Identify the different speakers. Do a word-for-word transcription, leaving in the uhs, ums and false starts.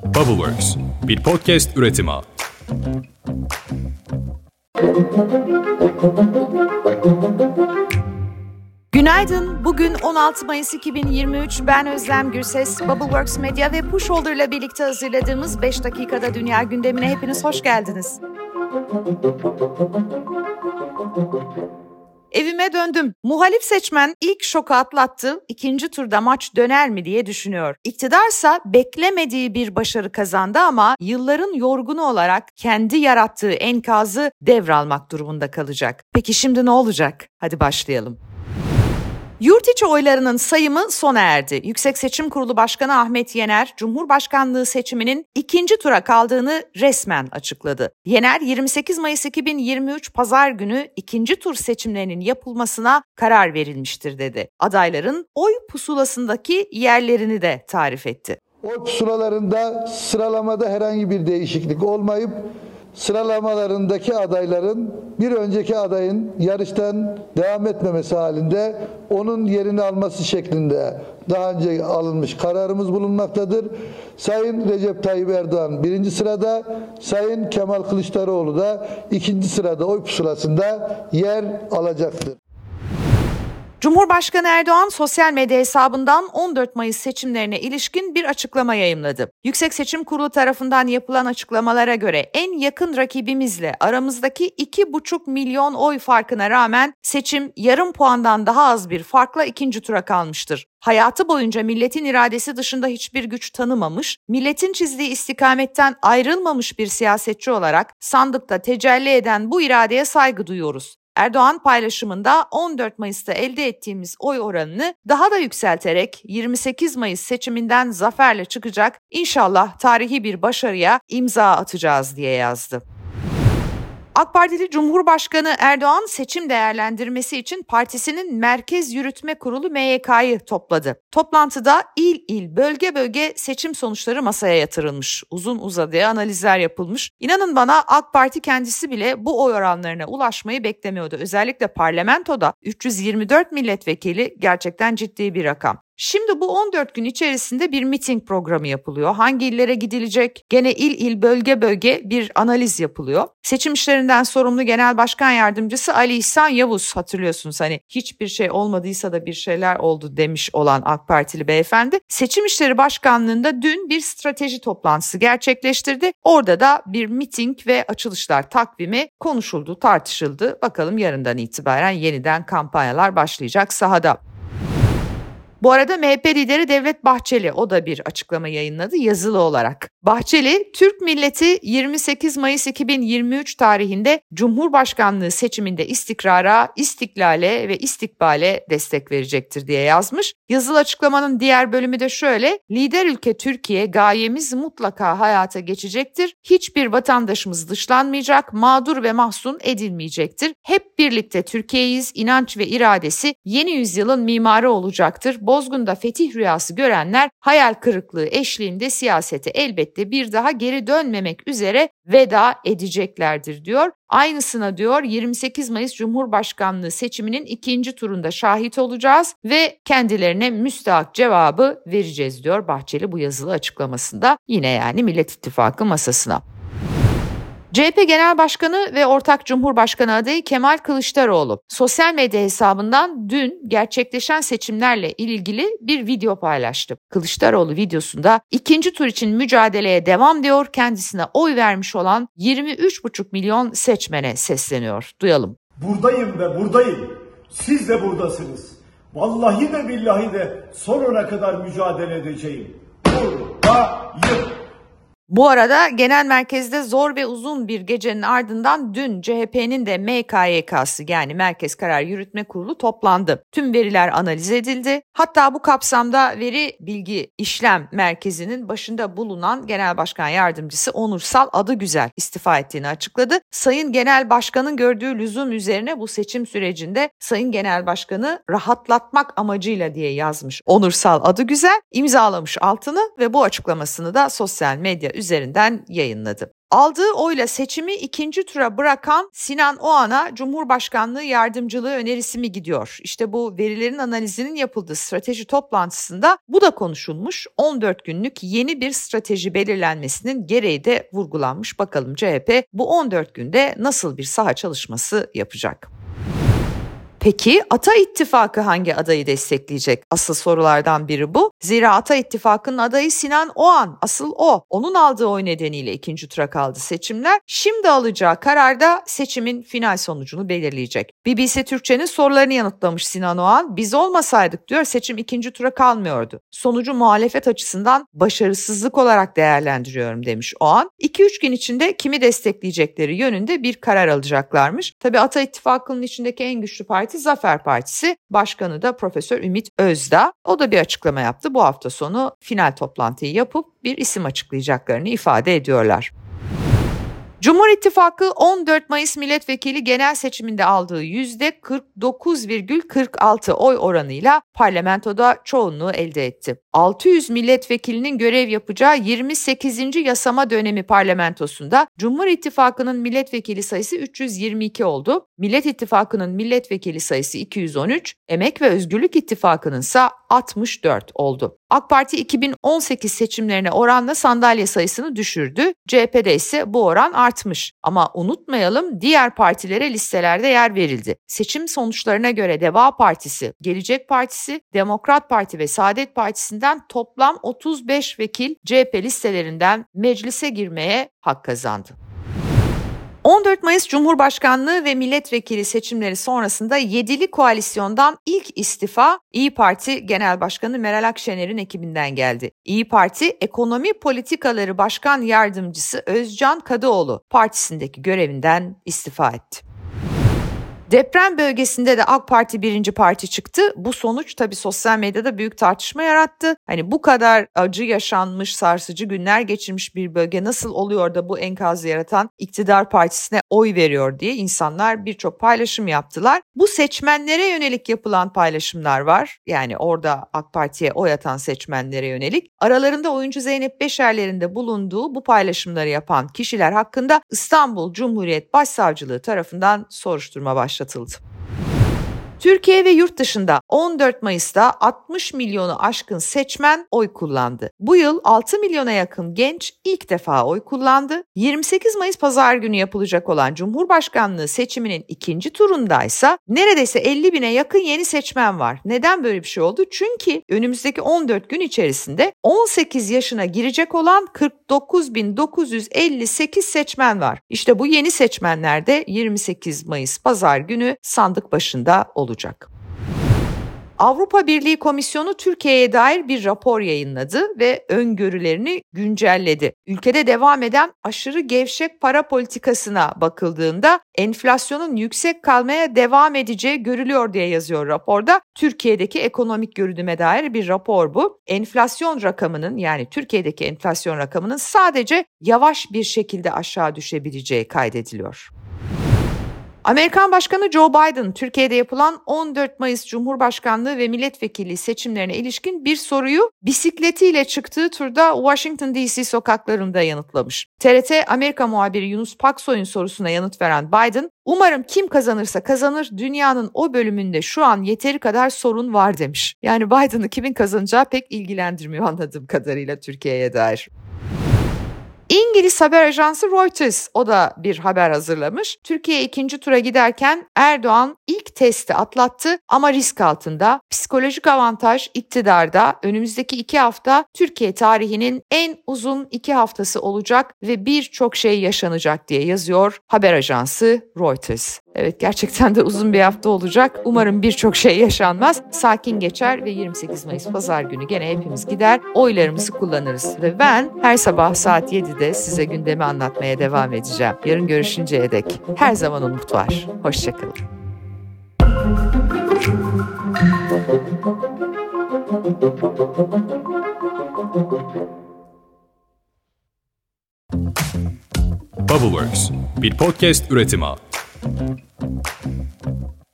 Speaker 1: Bubbleworks, bir podcast üretimi.
Speaker 2: Günaydın. Bugün on altı Mayıs iki bin yirmi üç. Ben Özlem Gürses. Bubbleworks Medya ve Pushholder ile birlikte hazırladığımız beş dakikada dünya gündemine hepiniz hoş geldiniz. Evime döndüm. Muhalif seçmen ilk şoku atlattı. İkinci turda maç döner mi diye düşünüyor. İktidarsa beklemediği bir başarı kazandı ama yılların yorgunu olarak kendi yarattığı enkazı devralmak durumunda kalacak. Peki şimdi ne olacak? Hadi başlayalım. Yurt içi oylarının sayımı sona erdi. Yüksek Seçim Kurulu Başkanı Ahmet Yener, Cumhurbaşkanlığı seçiminin ikinci tura kaldığını resmen açıkladı. Yener, yirmi sekiz Mayıs iki bin yirmi üç Pazar günü ikinci tur seçimlerinin yapılmasına karar verilmiştir dedi. Adayların oy pusulasındaki yerlerini de tarif etti.
Speaker 3: Oy pusulalarında sıralamada herhangi bir değişiklik olmayıp, sıralamalarındaki adayların bir önceki adayın yarıştan devam etmemesi halinde onun yerini alması şeklinde daha önce alınmış kararımız bulunmaktadır. Sayın Recep Tayyip Erdoğan birinci sırada, Sayın Kemal Kılıçdaroğlu da ikinci sırada oy pusulasında yer alacaktır.
Speaker 2: Cumhurbaşkanı Erdoğan sosyal medya hesabından on dört Mayıs seçimlerine ilişkin bir açıklama yayımladı. Yüksek Seçim Kurulu tarafından yapılan açıklamalara göre en yakın rakibimizle aramızdaki iki buçuk milyon oy farkına rağmen seçim yarım puandan daha az bir farkla ikinci tura kalmıştır. Hayatı boyunca milletin iradesi dışında hiçbir güç tanımamış, milletin çizdiği istikametten ayrılmamış bir siyasetçi olarak sandıkta tecelli eden bu iradeye saygı duyuyoruz. Erdoğan paylaşımında on dört Mayıs'ta elde ettiğimiz oy oranını daha da yükselterek yirmi sekiz Mayıs seçiminden zaferle çıkacak, İnşallah tarihi bir başarıya imza atacağız diye yazdı. AK Partili Cumhurbaşkanı Erdoğan seçim değerlendirmesi için partisinin Merkez Yürütme Kurulu M Y K'yı topladı. Toplantıda il il, bölge bölge seçim sonuçları masaya yatırılmış. Uzun uzadıya analizler yapılmış. İnanın bana AK Parti kendisi bile bu oy oranlarına ulaşmayı beklemiyordu. Özellikle parlamentoda üç yüz yirmi dört milletvekili gerçekten ciddi bir rakam. Şimdi bu on dört gün içerisinde bir miting programı yapılıyor. Hangi illere gidilecek? Gene il il bölge bölge bir analiz yapılıyor. Seçim işlerinden sorumlu Genel Başkan Yardımcısı Ali İhsan Yavuz, hatırlıyorsunuz hani hiçbir şey olmadıysa da bir şeyler oldu demiş olan AK Partili beyefendi. Seçim İşleri Başkanlığı'nda dün bir strateji toplantısı gerçekleştirdi. Orada da bir miting ve açılışlar takvimi konuşuldu, tartışıldı. Bakalım yarından itibaren yeniden kampanyalar başlayacak sahada. Bu arada M H P lideri Devlet Bahçeli o da bir açıklama yayınladı yazılı olarak. Bahçeli, Türk milleti yirmi sekiz Mayıs iki bin yirmi üç tarihinde Cumhurbaşkanlığı seçiminde istikrara, istiklale ve istikbale destek verecektir diye yazmış. Yazılı açıklamanın diğer bölümü de şöyle: lider ülke Türkiye, gayemiz mutlaka hayata geçecektir. Hiçbir vatandaşımız dışlanmayacak, mağdur ve mahzun edilmeyecektir. Hep birlikte Türkiye'yiz, inanç ve iradesi yeni yüzyılın mimarı olacaktır. Bozgun'da fetih rüyası görenler hayal kırıklığı eşliğinde siyasete elbette bir daha geri dönmemek üzere veda edeceklerdir diyor. Aynısına diyor yirmi sekiz Mayıs Cumhurbaşkanlığı seçiminin ikinci turunda şahit olacağız ve kendilerine müstahak cevabı vereceğiz diyor Bahçeli bu yazılı açıklamasında, yine yani Millet İttifakı masasına. C H P Genel Başkanı ve ortak Cumhurbaşkanı adayı Kemal Kılıçdaroğlu sosyal medya hesabından dün gerçekleşen seçimlerle ilgili bir video paylaştı. Kılıçdaroğlu videosunda ikinci tur için mücadeleye devam diyor, kendisine oy vermiş olan yirmi üç buçuk milyon seçmene sesleniyor. Duyalım.
Speaker 4: Buradayım ve buradayım. Siz de buradasınız. Vallahi de billahi de sonuna kadar mücadele edeceğim. Buradayım.
Speaker 2: Bu arada genel merkezde zor ve uzun bir gecenin ardından dün C H P'nin de M K Y K'sı yani Merkez Karar Yürütme Kurulu toplandı. Tüm veriler analiz edildi. Hatta bu kapsamda Veri Bilgi İşlem Merkezi'nin başında bulunan Genel Başkan Yardımcısı Onursal Adıgüzel istifa ettiğini açıkladı. Sayın Genel Başkan'ın gördüğü lüzum üzerine bu seçim sürecinde Sayın Genel Başkan'ı rahatlatmak amacıyla diye yazmış Onursal Adıgüzel, imzalamış altını ve bu açıklamasını da sosyal medya üzerinden yayınladı. Aldığı oyla seçimi ikinci tura bırakan Sinan Oğan'a Cumhurbaşkanlığı yardımcılığı önerisi mi gidiyor? İşte bu verilerin analizinin yapıldığı strateji toplantısında bu da konuşulmuş. on dört günlük yeni bir strateji belirlenmesinin gereği de vurgulanmış. Bakalım C H P bu on dört günde nasıl bir saha çalışması yapacak? Peki Ata İttifakı hangi adayı destekleyecek? Asıl sorulardan biri bu. Zira Ata İttifakı'nın adayı Sinan Oğan. Asıl o. Onun aldığı oy nedeniyle ikinci tura kaldı seçimler. Şimdi alacağı karar da seçimin final sonucunu belirleyecek. B B C Türkçe'nin sorularını yanıtlamış Sinan Oğan. Biz olmasaydık diyor seçim ikinci tura kalmıyordu. Sonucu muhalefet açısından başarısızlık olarak değerlendiriyorum demiş Oğan. iki üç gün içinde kimi destekleyecekleri yönünde bir karar alacaklarmış. Tabii Ata İttifakı'nın içindeki en güçlü parti Zafer Partisi, başkanı da Profesör Ümit Özdağ. O da bir açıklama yaptı. Bu hafta sonu final toplantıyı yapıp bir isim açıklayacaklarını ifade ediyorlar. Cumhur İttifakı on dört Mayıs Milletvekili genel seçiminde aldığı yüzde kırk dokuz virgül kırk altı oy oranıyla parlamentoda çoğunluğu elde etti. altı yüz milletvekilinin görev yapacağı yirmi sekizinci yasama dönemi parlamentosunda Cumhur İttifakı'nın milletvekili sayısı üç yüz yirmi iki oldu. Millet İttifakı'nın milletvekili sayısı iki yüz on üç, Emek ve Özgürlük İttifakı'nın ise altmış dört oldu. AK Parti iki bin on sekiz seçimlerine oranla sandalye sayısını düşürdü. C H P'de ise bu oran artmış. Ama unutmayalım diğer partilere listelerde yer verildi. Seçim sonuçlarına göre Deva Partisi, Gelecek Partisi, Demokrat Parti ve Saadet Partisi'nden toplam otuz beş vekil C H P listelerinden meclise girmeye hak kazandı. on dört Mayıs Cumhurbaşkanlığı ve milletvekili seçimleri sonrasında yedili koalisyondan ilk istifa İYİ Parti Genel Başkanı Meral Akşener'in ekibinden geldi. İYİ Parti Ekonomi Politikaları Başkan Yardımcısı Özcan Kadıoğlu partisindeki görevinden istifa etti. Deprem bölgesinde de AK Parti birinci parti çıktı. Bu sonuç tabii sosyal medyada büyük tartışma yarattı. Hani bu kadar acı yaşanmış, sarsıcı günler geçirmiş bir bölge nasıl oluyor da bu enkazı yaratan iktidar partisine oy veriyor diye insanlar birçok paylaşım yaptılar. Bu seçmenlere yönelik yapılan paylaşımlar var. Yani orada AK Parti'ye oy atan seçmenlere yönelik. Aralarında oyuncu Zeynep Beşerler'in de bulunduğu bu paylaşımları yapan kişiler hakkında İstanbul Cumhuriyet Başsavcılığı tarafından soruşturma başlatıldı. Türkiye ve yurt dışında on dört Mayıs'ta altmış milyonu aşkın seçmen oy kullandı. Bu yıl altı milyona yakın genç ilk defa oy kullandı. yirmi sekiz Mayıs Pazar günü yapılacak olan Cumhurbaşkanlığı seçiminin ikinci turundaysa neredeyse elli bine yakın yeni seçmen var. Neden böyle bir şey oldu? Çünkü önümüzdeki on dört gün içerisinde on sekiz yaşına girecek olan kırk dokuz bin dokuz yüz elli sekiz seçmen var. İşte bu yeni seçmenler de yirmi sekiz Mayıs Pazar günü sandık başında olacak. Avrupa Birliği Komisyonu Türkiye'ye dair bir rapor yayınladı ve öngörülerini güncelledi. Ülkede devam eden aşırı gevşek para politikasına bakıldığında enflasyonun yüksek kalmaya devam edeceği görülüyor diye yazıyor raporda. Türkiye'deki ekonomik görünüme dair bir rapor bu. Enflasyon rakamının yani Türkiye'deki enflasyon rakamının sadece yavaş bir şekilde aşağı düşebileceği kaydediliyor. Amerikan Başkanı Joe Biden, Türkiye'de yapılan on dört Mayıs Cumhurbaşkanlığı ve milletvekili seçimlerine ilişkin bir soruyu bisikletiyle çıktığı turda Washington D C sokaklarında yanıtlamış. T R T Amerika muhabiri Yunus Paksoy'un sorusuna yanıt veren Biden, "Umarım kim kazanırsa kazanır, dünyanın o bölümünde şu an yeteri kadar sorun var" demiş. Yani Biden'ı kimin kazanacağı pek ilgilendirmiyor anladığım kadarıyla Türkiye'ye dair. İngiliz haber ajansı Reuters o da bir haber hazırlamış. Türkiye ikinci tura giderken Erdoğan ilk testi atlattı ama risk altında. Psikolojik avantaj iktidarda. Önümüzdeki iki hafta Türkiye tarihinin en uzun iki haftası olacak ve birçok şey yaşanacak diye yazıyor haber ajansı Reuters. Evet, gerçekten de uzun bir hafta olacak. Umarım birçok şey yaşanmaz. Sakin geçer ve yirmi sekiz Mayıs Pazar günü gene hepimiz gider, oylarımızı kullanırız. Ve ben her sabah saat yedide size gündemi anlatmaya devam edeceğim. Yarın görüşünceye dek her zaman umut var. Hoşçakalın.
Speaker 1: Bubbleworks bir podcast üretimi.